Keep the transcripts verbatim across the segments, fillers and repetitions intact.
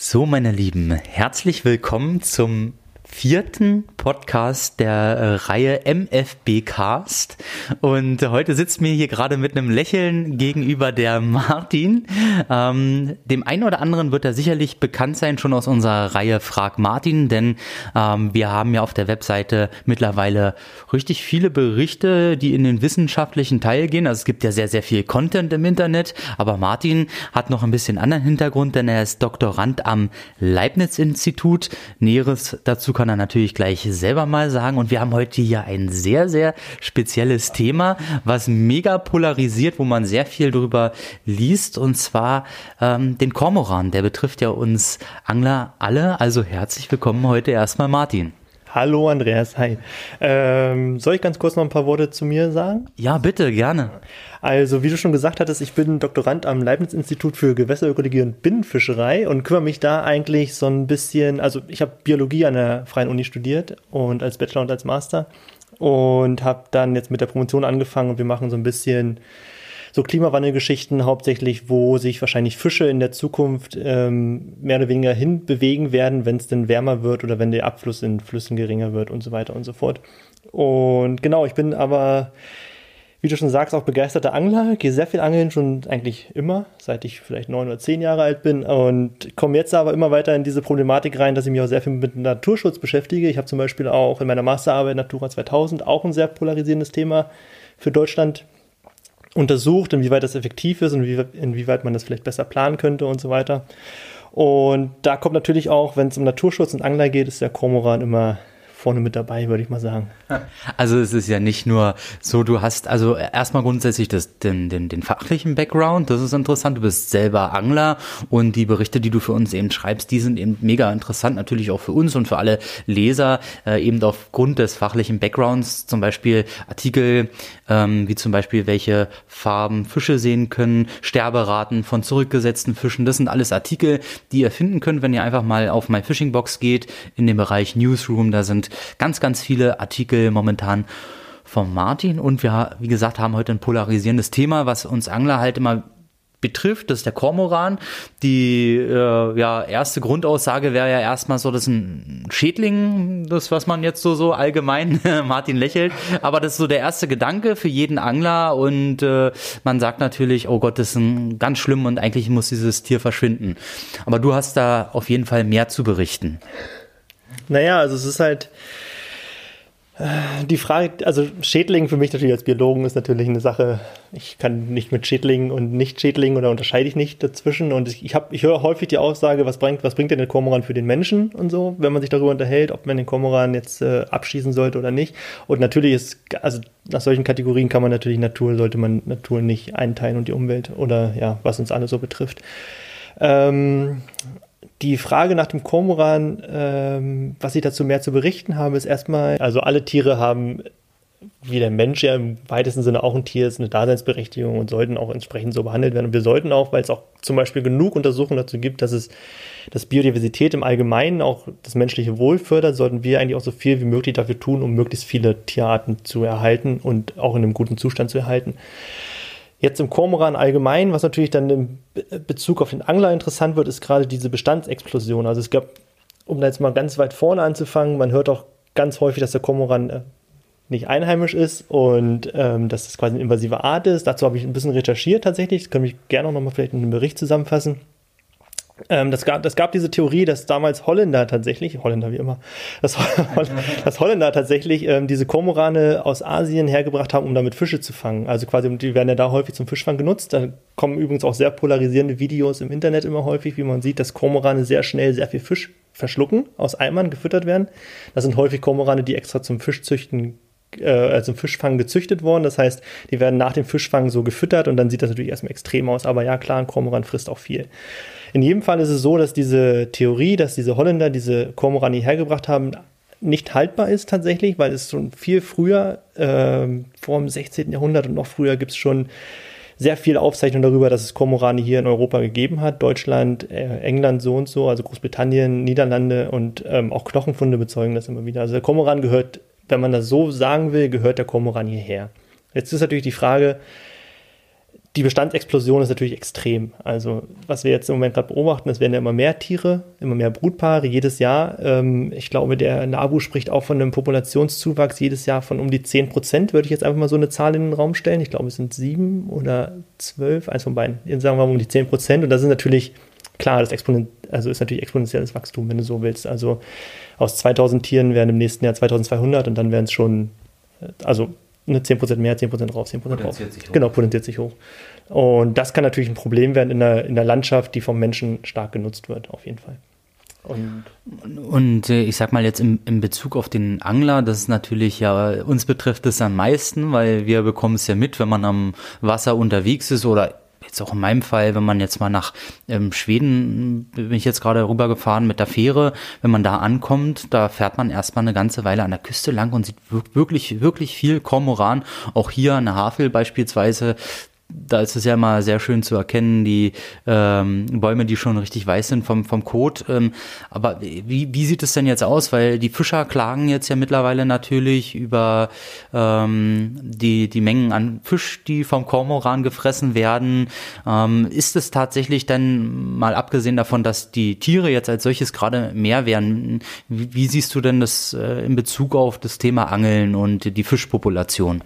So, meine Lieben, herzlich willkommen zum vierten Podcast der äh, Reihe M F B Cast, und heute sitzt mir hier gerade mit einem Lächeln gegenüber der Martin. Ähm, dem einen oder anderen wird er sicherlich bekannt sein, schon aus unserer Reihe Frag Martin, denn ähm, wir haben ja auf der Webseite mittlerweile richtig viele Berichte, die in den wissenschaftlichen Teil gehen. Also es gibt ja sehr, sehr viel Content im Internet, aber Martin hat noch ein bisschen anderen Hintergrund, denn er ist Doktorand am Leibniz-Institut. Näheres dazu kann er natürlich gleich selber mal sagen, und wir haben heute hier ein sehr, sehr spezielles Thema, was mega polarisiert, wo man sehr viel drüber liest, und zwar ähm, den Kormoran. Der betrifft ja uns Angler alle, also herzlich willkommen heute erstmal Martin. Hallo Andreas, hi. Ähm, soll ich ganz kurz noch ein paar Worte zu mir sagen? Ja, bitte, gerne. Also, wie du schon gesagt hattest, ich bin Doktorand am Leibniz-Institut für Gewässerökologie und Binnenfischerei und kümmere mich da eigentlich so ein bisschen, also ich habe Biologie an der Freien Uni studiert und als Bachelor und als Master und habe dann jetzt mit der Promotion angefangen, und wir machen so ein bisschen so Klimawandelgeschichten hauptsächlich, wo sich wahrscheinlich Fische in der Zukunft ähm, mehr oder weniger hinbewegen werden, wenn es denn wärmer wird oder wenn der Abfluss in Flüssen geringer wird und so weiter und so fort. Und genau, ich bin aber, wie du schon sagst, auch begeisterter Angler, gehe sehr viel angeln, schon eigentlich immer, seit ich vielleicht neun oder zehn Jahre alt bin, und komme jetzt aber immer weiter in diese Problematik rein, dass ich mich auch sehr viel mit Naturschutz beschäftige. Ich habe zum Beispiel auch in meiner Masterarbeit Natura zweitausend auch ein sehr polarisierendes Thema für Deutschland untersucht, inwieweit das effektiv ist und inwieweit man das vielleicht besser planen könnte und so weiter. Und da kommt natürlich auch, wenn es um Naturschutz und Angler geht, ist der Kormoran immer vorne mit dabei, würde ich mal sagen. Also es ist ja nicht nur so, du hast also erstmal grundsätzlich das, den, den, den fachlichen Background, das ist interessant, du bist selber Angler, und die Berichte, die du für uns eben schreibst, die sind eben mega interessant, natürlich auch für uns und für alle Leser, äh, eben aufgrund des fachlichen Backgrounds, zum Beispiel Artikel, ähm, wie zum Beispiel, welche Farben Fische sehen können, Sterberaten von zurückgesetzten Fischen, das sind alles Artikel, die ihr finden könnt, wenn ihr einfach mal auf MyFishingBox geht, in den Bereich Newsroom, da sind ganz, ganz viele Artikel momentan von Martin, und wir, wie gesagt, haben heute ein polarisierendes Thema, was uns Angler halt immer betrifft, das ist der Kormoran. Die äh, ja, erste Grundaussage wäre ja erstmal so, das ist ein Schädling, das, was man jetzt so, so allgemein, Martin lächelt, aber das ist so der erste Gedanke für jeden Angler, und äh, man sagt natürlich, oh Gott, das ist ein ganz schlimm und eigentlich muss dieses Tier verschwinden. Aber du hast da auf jeden Fall mehr zu berichten. Naja, also es ist halt äh, die Frage, also Schädling für mich natürlich als Biologen ist natürlich eine Sache, ich kann nicht mit Schädlingen und Nicht-Schädlingen, oder unterscheide ich nicht dazwischen, und ich, ich, hab, ich höre häufig die Aussage, was bringt, was bringt denn der Kormoran für den Menschen und so, wenn man sich darüber unterhält, ob man den Kormoran jetzt äh, abschießen sollte oder nicht. Und natürlich ist, also nach solchen Kategorien kann man natürlich Natur, sollte man Natur nicht einteilen und die Umwelt oder ja, was uns alle so betrifft. Ähm, Die Frage nach dem Kormoran, ähm, was ich dazu mehr zu berichten habe, ist erstmal, also alle Tiere haben, wie der Mensch ja im weitesten Sinne auch ein Tier ist, eine Daseinsberechtigung und sollten auch entsprechend so behandelt werden. Und wir sollten auch, weil es auch zum Beispiel genug Untersuchungen dazu gibt, dass es dass Biodiversität im Allgemeinen auch das menschliche Wohl fördert, sollten wir eigentlich auch so viel wie möglich dafür tun, um möglichst viele Tierarten zu erhalten und auch in einem guten Zustand zu erhalten. Jetzt im Kormoran allgemein, was natürlich dann im Bezug auf den Angler interessant wird, ist gerade diese Bestandsexplosion. Also es gab, um da jetzt mal ganz weit vorne anzufangen, man hört auch ganz häufig, dass der Kormoran äh, nicht einheimisch ist und ähm, dass das quasi eine invasive Art ist. Dazu habe ich ein bisschen recherchiert tatsächlich, das kann ich gerne auch nochmal vielleicht in einem Bericht zusammenfassen. Ähm, das gab, das gab diese Theorie, dass damals Holländer tatsächlich, Holländer wie immer, dass, dass Holländer tatsächlich ähm, diese Kormorane aus Asien hergebracht haben, um damit Fische zu fangen. Also quasi, die werden ja da häufig zum Fischfang genutzt. Da kommen übrigens auch sehr polarisierende Videos im Internet immer häufig, wie man sieht, dass Kormorane sehr schnell sehr viel Fisch verschlucken, aus Eimern gefüttert werden. Das sind häufig Kormorane, die extra zum Fischzüchten also im Fischfang gezüchtet worden. Das heißt, die werden nach dem Fischfang so gefüttert und dann sieht das natürlich erstmal extrem aus. Aber ja, klar, ein Kormoran frisst auch viel. In jedem Fall ist es so, dass diese Theorie, dass diese Holländer diese Kormorane hergebracht haben, nicht haltbar ist tatsächlich, weil es schon viel früher, äh, vor dem sechzehnten Jahrhundert und noch früher, gibt es schon sehr viel Aufzeichnung darüber, dass es Kormorane hier in Europa gegeben hat. Deutschland, äh, England so und so, also Großbritannien, Niederlande und ähm, auch Knochenfunde bezeugen das immer wieder. Also der Kormoran gehört, wenn man das so sagen will, gehört der Kormoran hierher. Jetzt ist natürlich die Frage, die Bestandsexplosion ist natürlich extrem. Also was wir jetzt im Moment gerade beobachten, es werden ja immer mehr Tiere, immer mehr Brutpaare jedes Jahr. Ähm, ich glaube, der NABU spricht auch von einem Populationszuwachs jedes Jahr von um die zehn Prozent, würde ich jetzt einfach mal so eine Zahl in den Raum stellen. Ich glaube, es sind sieben oder zwölf, eins von beiden. Jetzt sagen wir mal um die zehn Prozent. Und das ist natürlich, klar, das Exponent, also ist natürlich exponentielles Wachstum, wenn du so willst. Also aus zweitausend Tieren werden im nächsten Jahr zweitausendzweihundert und dann werden es schon, also eine zehn Prozent mehr, zehn Prozent drauf, zehn Prozent drauf. Genau, potenziert sich hoch. Und das kann natürlich ein Problem werden in der, in der Landschaft, die vom Menschen stark genutzt wird, auf jeden Fall. Und, und äh, ich sag mal jetzt im, in Bezug auf den Angler, das ist natürlich ja, uns betrifft es am meisten, weil wir bekommen es ja mit, wenn man am Wasser unterwegs ist oder jetzt auch in meinem Fall, wenn man jetzt mal nach ähm, Schweden, bin ich jetzt gerade rübergefahren mit der Fähre, wenn man da ankommt, da fährt man erstmal eine ganze Weile an der Küste lang und sieht wirklich, wirklich viel Kormoran. Auch hier an der Havel beispielsweise, da ist es ja mal sehr schön zu erkennen, die ähm, Bäume, die schon richtig weiß sind vom, vom Kot. Ähm, aber wie, wie sieht es denn jetzt aus? Weil die Fischer klagen jetzt ja mittlerweile natürlich über ähm, die, die Mengen an Fisch, die vom Kormoran gefressen werden. Ähm, ist es tatsächlich dann, mal abgesehen davon, dass die Tiere jetzt als solches gerade mehr werden, wie, wie siehst du denn das äh, in Bezug auf das Thema Angeln und die Fischpopulation?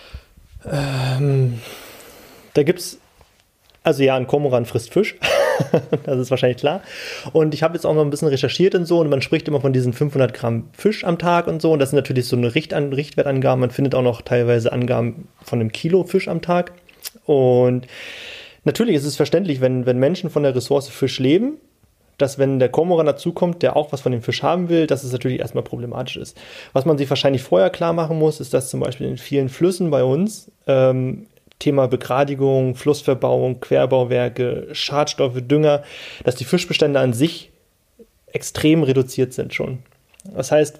Ähm... Da gibt's, also ja, ein Kormoran frisst Fisch, das ist wahrscheinlich klar. Und ich habe jetzt auch noch ein bisschen recherchiert und so und man spricht immer von diesen fünfhundert Gramm Fisch am Tag und so und das sind natürlich so eine Richt- Richtwertangaben. Man findet auch noch teilweise Angaben von einem Kilo Fisch am Tag. Und natürlich ist es verständlich, wenn, wenn Menschen von der Ressource Fisch leben, dass wenn der Kormoran dazukommt, der auch was von dem Fisch haben will, dass es natürlich erstmal problematisch ist. Was man sich wahrscheinlich vorher klar machen muss, ist, dass zum Beispiel in vielen Flüssen bei uns ähm, Thema Begradigung, Flussverbauung, Querbauwerke, Schadstoffe, Dünger, dass die Fischbestände an sich extrem reduziert sind schon. Das heißt,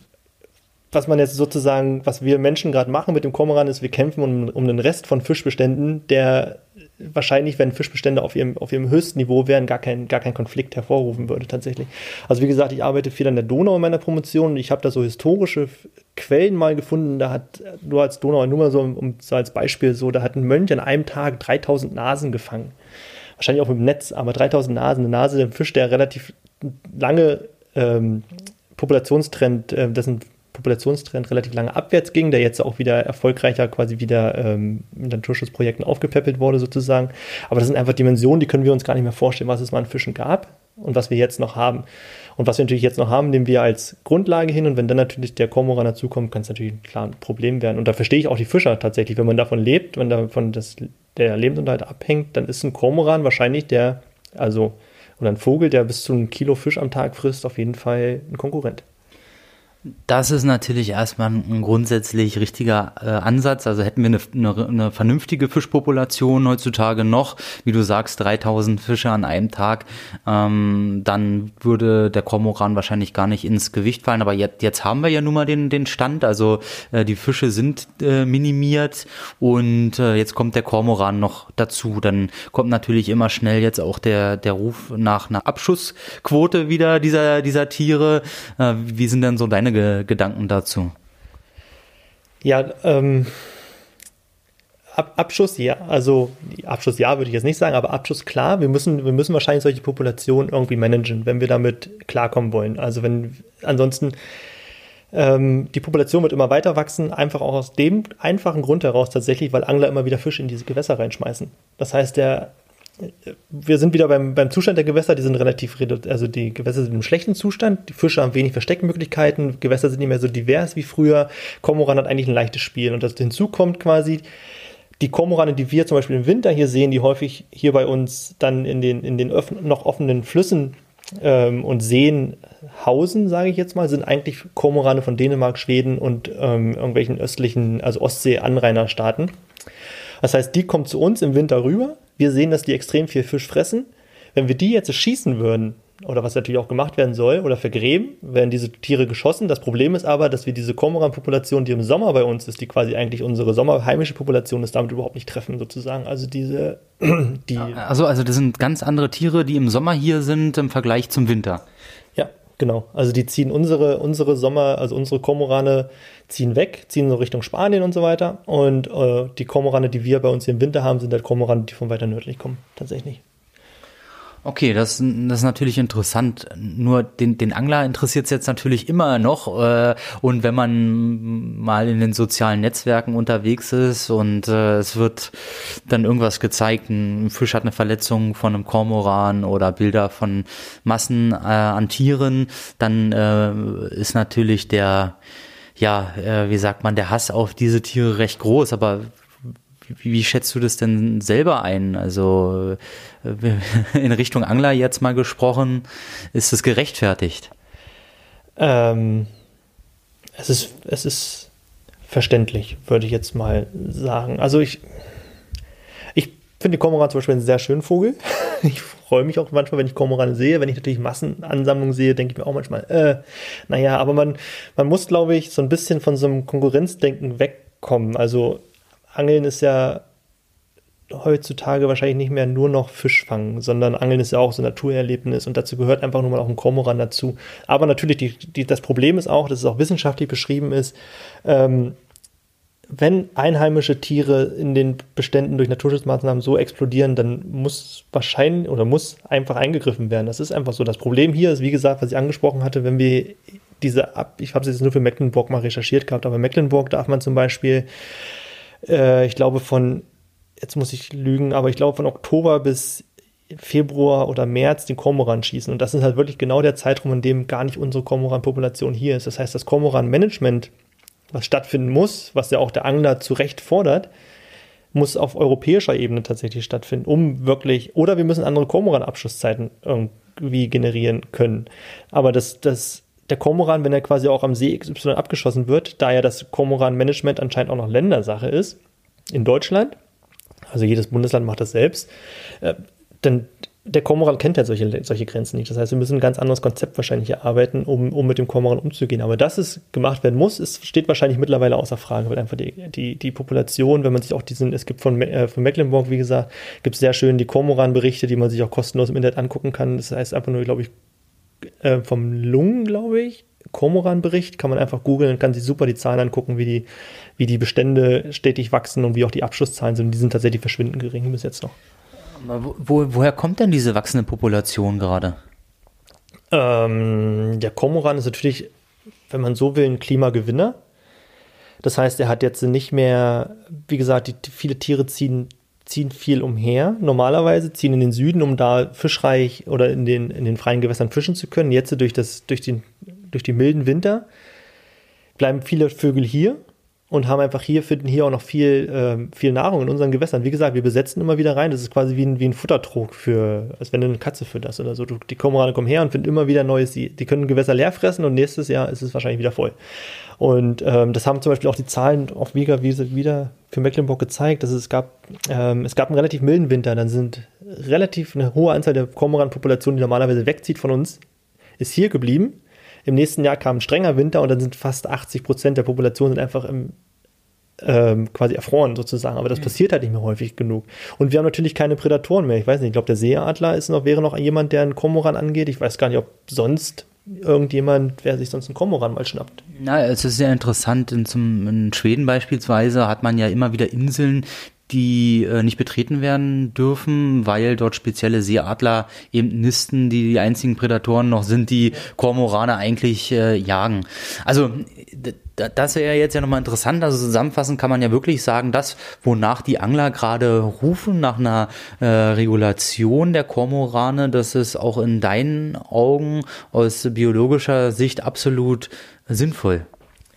was man jetzt sozusagen, was wir Menschen gerade machen mit dem Kormoran, ist, wir kämpfen um, um den Rest von Fischbeständen, der wahrscheinlich, wenn Fischbestände auf ihrem, auf ihrem höchsten Niveau wären, gar kein, gar kein Konflikt hervorrufen würde tatsächlich. Also wie gesagt, ich arbeite viel an der Donau in meiner Promotion und ich habe da so historische Quellen mal gefunden, da hat, nur als Donau, nur mal so, um, so als Beispiel, so, da hat ein Mönch an einem Tag dreitausend Nasen gefangen. Wahrscheinlich auch mit dem Netz, aber dreitausend Nasen, eine Nase, der Fisch, der relativ lange ähm, Populationstrend, äh, dessen Populationstrend relativ lange abwärts ging, der jetzt auch wieder erfolgreicher quasi wieder ähm, in Naturschutzprojekten aufgepäppelt wurde sozusagen. Aber das sind einfach Dimensionen, die können wir uns gar nicht mehr vorstellen, was es mal an Fischen gab und was wir jetzt noch haben. Und was wir natürlich jetzt noch haben, nehmen wir als Grundlage hin und wenn dann natürlich der Kormoran dazukommt, kann es natürlich klar ein Problem werden. Und da verstehe ich auch die Fischer tatsächlich, wenn man davon lebt, wenn davon das, der Lebensunterhalt abhängt, dann ist ein Kormoran wahrscheinlich der, also oder ein Vogel, der bis zu einem Kilo Fisch am Tag frisst, auf jeden Fall ein Konkurrent. Das ist natürlich erstmal ein grundsätzlich richtiger äh, Ansatz. Also hätten wir eine, eine, eine vernünftige Fischpopulation heutzutage noch, wie du sagst, dreitausend Fische an einem Tag, ähm, dann würde der Kormoran wahrscheinlich gar nicht ins Gewicht fallen. Aber jetzt, jetzt haben wir ja nun mal den, den Stand. Also äh, die Fische sind äh, minimiert und äh, jetzt kommt der Kormoran noch dazu. Dann kommt natürlich immer schnell jetzt auch der, der Ruf nach einer Abschussquote wieder dieser, dieser Tiere. Äh, wie sind denn so deine Gedanken dazu? Ja, ähm, Ab, Abschuss, ja, also Abschuss ja, würde ich jetzt nicht sagen, aber Abschuss klar, wir müssen, wir müssen wahrscheinlich solche Populationen irgendwie managen, wenn wir damit klarkommen wollen. Also wenn, ansonsten, ähm, die Population wird immer weiter wachsen, einfach auch aus dem einfachen Grund heraus tatsächlich, weil Angler immer wieder Fische in diese Gewässer reinschmeißen. Das heißt, der wir sind wieder beim, beim Zustand der Gewässer, die sind relativ, also die Gewässer sind im schlechten Zustand, die Fische haben wenig Versteckmöglichkeiten, Gewässer sind nicht mehr so divers wie früher, Kormoran hat eigentlich ein leichtes Spiel und das hinzu kommt quasi, die Kormorane, die wir zum Beispiel im Winter hier sehen, die häufig hier bei uns dann in den, in den öff- noch offenen Flüssen ähm, und Seen hausen, sage ich jetzt mal, sind eigentlich Kormorane von Dänemark, Schweden und ähm, irgendwelchen östlichen, also Ostsee-Anrainerstaaten. Das heißt, die kommen zu uns im Winter rüber. Wir sehen, dass die extrem viel Fisch fressen. Wenn wir die jetzt schießen würden, oder was natürlich auch gemacht werden soll, oder vergräben, werden diese Tiere geschossen. Das Problem ist aber, dass wir diese Kormoran-Population, die im Sommer bei uns ist, die quasi eigentlich unsere sommerheimische Population ist, damit überhaupt nicht treffen, sozusagen. Also diese, die... Also, also das sind ganz andere Tiere, die im Sommer hier sind im Vergleich zum Winter. Ja, Genau, also die ziehen unsere, unsere Sommer, also unsere Kormorane ziehen weg, ziehen so Richtung Spanien und so weiter. Und äh, die Kormorane, die wir bei uns im Winter haben, sind halt Kormorane, die von weiter nördlich kommen, tatsächlich. Okay, das, das ist natürlich interessant. Nur den, den Angler interessiert es jetzt natürlich immer noch. Äh, und wenn man mal in den sozialen Netzwerken unterwegs ist und äh, es wird dann irgendwas gezeigt, ein Fisch hat eine Verletzung von einem Kormoran oder Bilder von Massen äh, an Tieren, dann äh, ist natürlich der, ja, äh, wie sagt man, der Hass auf diese Tiere recht groß. Aber Wie, wie schätzt du das denn selber ein? Also in Richtung Angler jetzt mal gesprochen, ist es gerechtfertigt? Ähm, es ist, es ist verständlich, würde ich jetzt mal sagen. Also ich, ich finde die Kormoran zum Beispiel einen sehr schönen Vogel. Ich freue mich auch manchmal, wenn ich Kormorane sehe. Wenn ich natürlich Massenansammlungen sehe, denke ich mir auch manchmal, äh, naja, aber man, man muss, glaube ich, so ein bisschen von so einem Konkurrenzdenken wegkommen. Also Angeln ist ja heutzutage wahrscheinlich nicht mehr nur noch Fischfangen, sondern Angeln ist ja auch so ein Naturerlebnis und dazu gehört einfach nur mal auch ein Kormoran dazu. Aber natürlich, die, die, das Problem ist auch, dass es auch wissenschaftlich beschrieben ist, ähm, wenn einheimische Tiere in den Beständen durch Naturschutzmaßnahmen so explodieren, dann muss wahrscheinlich oder muss einfach eingegriffen werden. Das ist einfach so. Das Problem hier ist, wie gesagt, was ich angesprochen hatte, wenn wir diese, Ab- ich habe es jetzt nur für Mecklenburg mal recherchiert gehabt, aber in Mecklenburg darf man zum Beispiel ich glaube von, jetzt muss ich lügen, aber ich glaube von Oktober bis Februar oder März den Kormoran schießen. Und das ist halt wirklich genau der Zeitraum, in dem gar nicht unsere Kormoran-Population hier ist. Das heißt, das Kormoran-Management, was stattfinden muss, was ja auch der Angler zu Recht fordert, muss auf europäischer Ebene tatsächlich stattfinden, um wirklich, oder wir müssen andere Kormoran-Abschusszeiten irgendwie generieren können. Aber das, das Der Kormoran, wenn er quasi auch am See X Y abgeschossen wird, da ja das Kormoran-Management anscheinend auch noch Ländersache ist, in Deutschland, also jedes Bundesland macht das selbst, äh, dann der Kormoran kennt ja solche, solche Grenzen nicht. Das heißt, wir müssen ein ganz anderes Konzept wahrscheinlich erarbeiten, um, um mit dem Kormoran umzugehen. Aber dass es gemacht werden muss, es steht wahrscheinlich mittlerweile außer Frage, weil einfach die, die, die Population, wenn man sich auch diesen, es gibt von, äh, von Mecklenburg, wie gesagt, gibt es sehr schön die Kormoran-Berichte, die man sich auch kostenlos im Internet angucken kann. Das heißt einfach nur, glaube ich, äh, vom Lungen, glaube ich, Kormoran-Bericht, kann man einfach googeln und kann sich super die Zahlen angucken, wie die, wie die Bestände stetig wachsen und wie auch die Abschusszahlen sind. Die sind tatsächlich verschwindend gering bis jetzt noch. Wo, wo, woher kommt denn diese wachsende Population gerade? Ähm, der Kormoran ist natürlich, wenn man so will, ein Klimagewinner. Das heißt, er hat jetzt nicht mehr, wie gesagt, die, die viele Tiere ziehen, ziehen viel umher. Normalerweise ziehen in den Süden, um da fischreich oder in den, in den freien Gewässern fischen zu können. Jetzt durch, das, durch, den, durch die milden Winter bleiben viele Vögel hier und haben einfach hier, finden hier auch noch viel, äh, viel Nahrung in unseren Gewässern. Wie gesagt, wir besetzen immer wieder rein. Das ist quasi wie ein, wie ein Futtertrog für, als wenn du eine Katze fütterst oder so. Du, die Kormorane kommen her und finden immer wieder Neues. Die, die können Gewässer leer fressen und nächstes Jahr ist es wahrscheinlich wieder voll. Und ähm, das haben zum Beispiel auch die Zahlen auf wieder, wieder für Mecklenburg gezeigt, dass es gab, ähm, es gab einen relativ milden Winter. Dann sind relativ eine hohe Anzahl der Kormoran-Population, die normalerweise wegzieht von uns, ist hier geblieben. Im nächsten Jahr kam ein strenger Winter und dann sind fast achtzig Prozent der Population sind einfach im, ähm, quasi erfroren sozusagen. Aber das mhm. passiert halt nicht mehr häufig genug. Und wir haben natürlich keine Prädatoren mehr. Ich weiß nicht, ich glaube, der Seeadler ist noch, wäre noch jemand, der einen Kormoran angeht. Ich weiß gar nicht, ob sonst irgendjemand, wer sich sonst einen Kormoran mal schnappt. Na, es ist sehr interessant. In, zum, in Schweden beispielsweise hat man ja immer wieder Inseln, die äh, nicht betreten werden dürfen, weil dort spezielle Seeadler eben nisten, die die einzigen Prädatoren noch sind, die Kormorane eigentlich äh, jagen. Also d- das wäre jetzt ja nochmal interessant. Also zusammenfassend kann man ja wirklich sagen, das, wonach die Angler gerade rufen, nach einer äh, Regulation der Kormorane, das ist auch in deinen Augen aus biologischer Sicht absolut sinnvoll.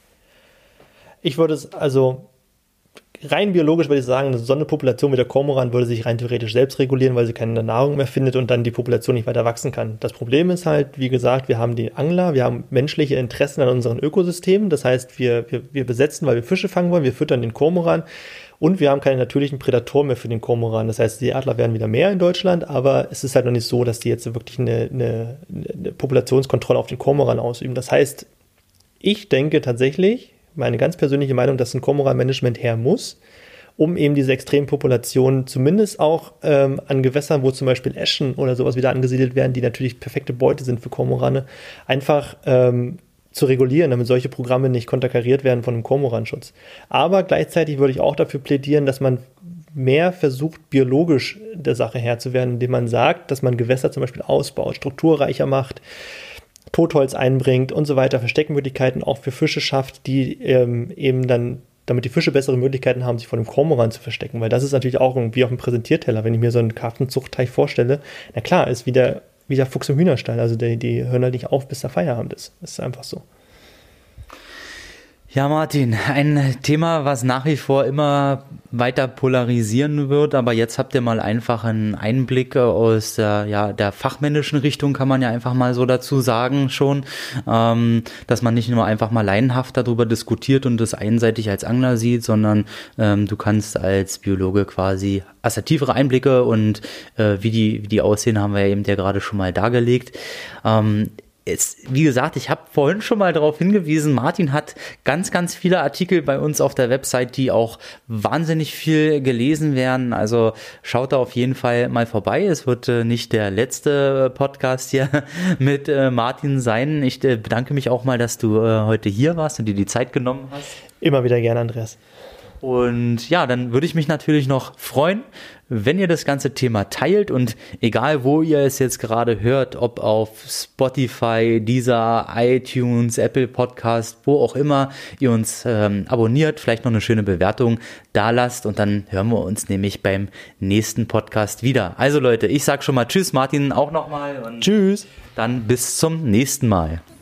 Ich würde es also rein biologisch würde ich sagen, so eine Population wie der Kormoran würde sich rein theoretisch selbst regulieren, weil sie keine Nahrung mehr findet und dann die Population nicht weiter wachsen kann. Das Problem ist halt, wie gesagt, wir haben die Angler, wir haben menschliche Interessen an unseren Ökosystemen. Das heißt, wir, wir, wir besetzen, weil wir Fische fangen wollen, wir füttern den Kormoran und wir haben keine natürlichen Prädatoren mehr für den Kormoran. Das heißt, die Adler werden wieder mehr in Deutschland, aber es ist halt noch nicht so, dass die jetzt wirklich eine, eine, eine Populationskontrolle auf den Kormoran ausüben. Das heißt, ich denke tatsächlich, meine ganz persönliche Meinung, dass ein Kormoran-Management her muss, um eben diese extremen Populationen zumindest auch ähm, an Gewässern, wo zum Beispiel Äschen oder sowas wieder angesiedelt werden, die natürlich perfekte Beute sind für Kormorane, einfach ähm, zu regulieren, damit solche Programme nicht konterkariert werden von einem Kormoranschutz. Aber gleichzeitig würde ich auch dafür plädieren, dass man mehr versucht, biologisch der Sache Herr zu werden, indem man sagt, dass man Gewässer zum Beispiel ausbaut, strukturreicher macht, Totholz einbringt und so weiter, Versteckmöglichkeiten auch für Fische schafft, die ähm, eben dann, damit die Fische bessere Möglichkeiten haben, sich vor dem Kormoran zu verstecken, weil das ist natürlich auch wie auf dem Präsentierteller, wenn ich mir so einen Karpfenzuchtteich vorstelle, na klar, ist wie der, wie der Fuchs im Hühnerstall, also die, die hören halt nicht auf, bis der Feierabend ist. Das ist einfach so. Ja, Martin, ein Thema, was nach wie vor immer weiter polarisieren wird, aber jetzt habt ihr mal einfach einen Einblick aus der, ja, der fachmännischen Richtung, kann man ja einfach mal so dazu sagen schon, ähm, dass man nicht nur einfach mal laienhaft darüber diskutiert und das einseitig als Angler sieht, sondern ähm, du kannst als Biologe quasi assertivere Einblicke und äh, wie die, wie die aussehen, haben wir ja eben ja gerade schon mal dargelegt. Ähm, Es, wie gesagt, ich habe vorhin schon mal darauf hingewiesen, Martin hat ganz, ganz viele Artikel bei uns auf der Website, die auch wahnsinnig viel gelesen werden. Also schaut da auf jeden Fall mal vorbei. Es wird äh, nicht der letzte Podcast hier mit äh, Martin sein. Ich äh, bedanke mich auch mal, dass du äh, heute hier warst und dir die Zeit genommen hast. Immer wieder gerne, Andreas. Und ja, dann würde ich mich natürlich noch freuen, wenn ihr das ganze Thema teilt und egal wo ihr es jetzt gerade hört, ob auf Spotify, Deezer, iTunes, Apple Podcast, wo auch immer ihr uns ähm, abonniert, vielleicht noch eine schöne Bewertung da lasst und dann hören wir uns nämlich beim nächsten Podcast wieder. Also Leute, ich sag schon mal Tschüss, Martin auch nochmal und Tschüss. Dann bis zum nächsten Mal.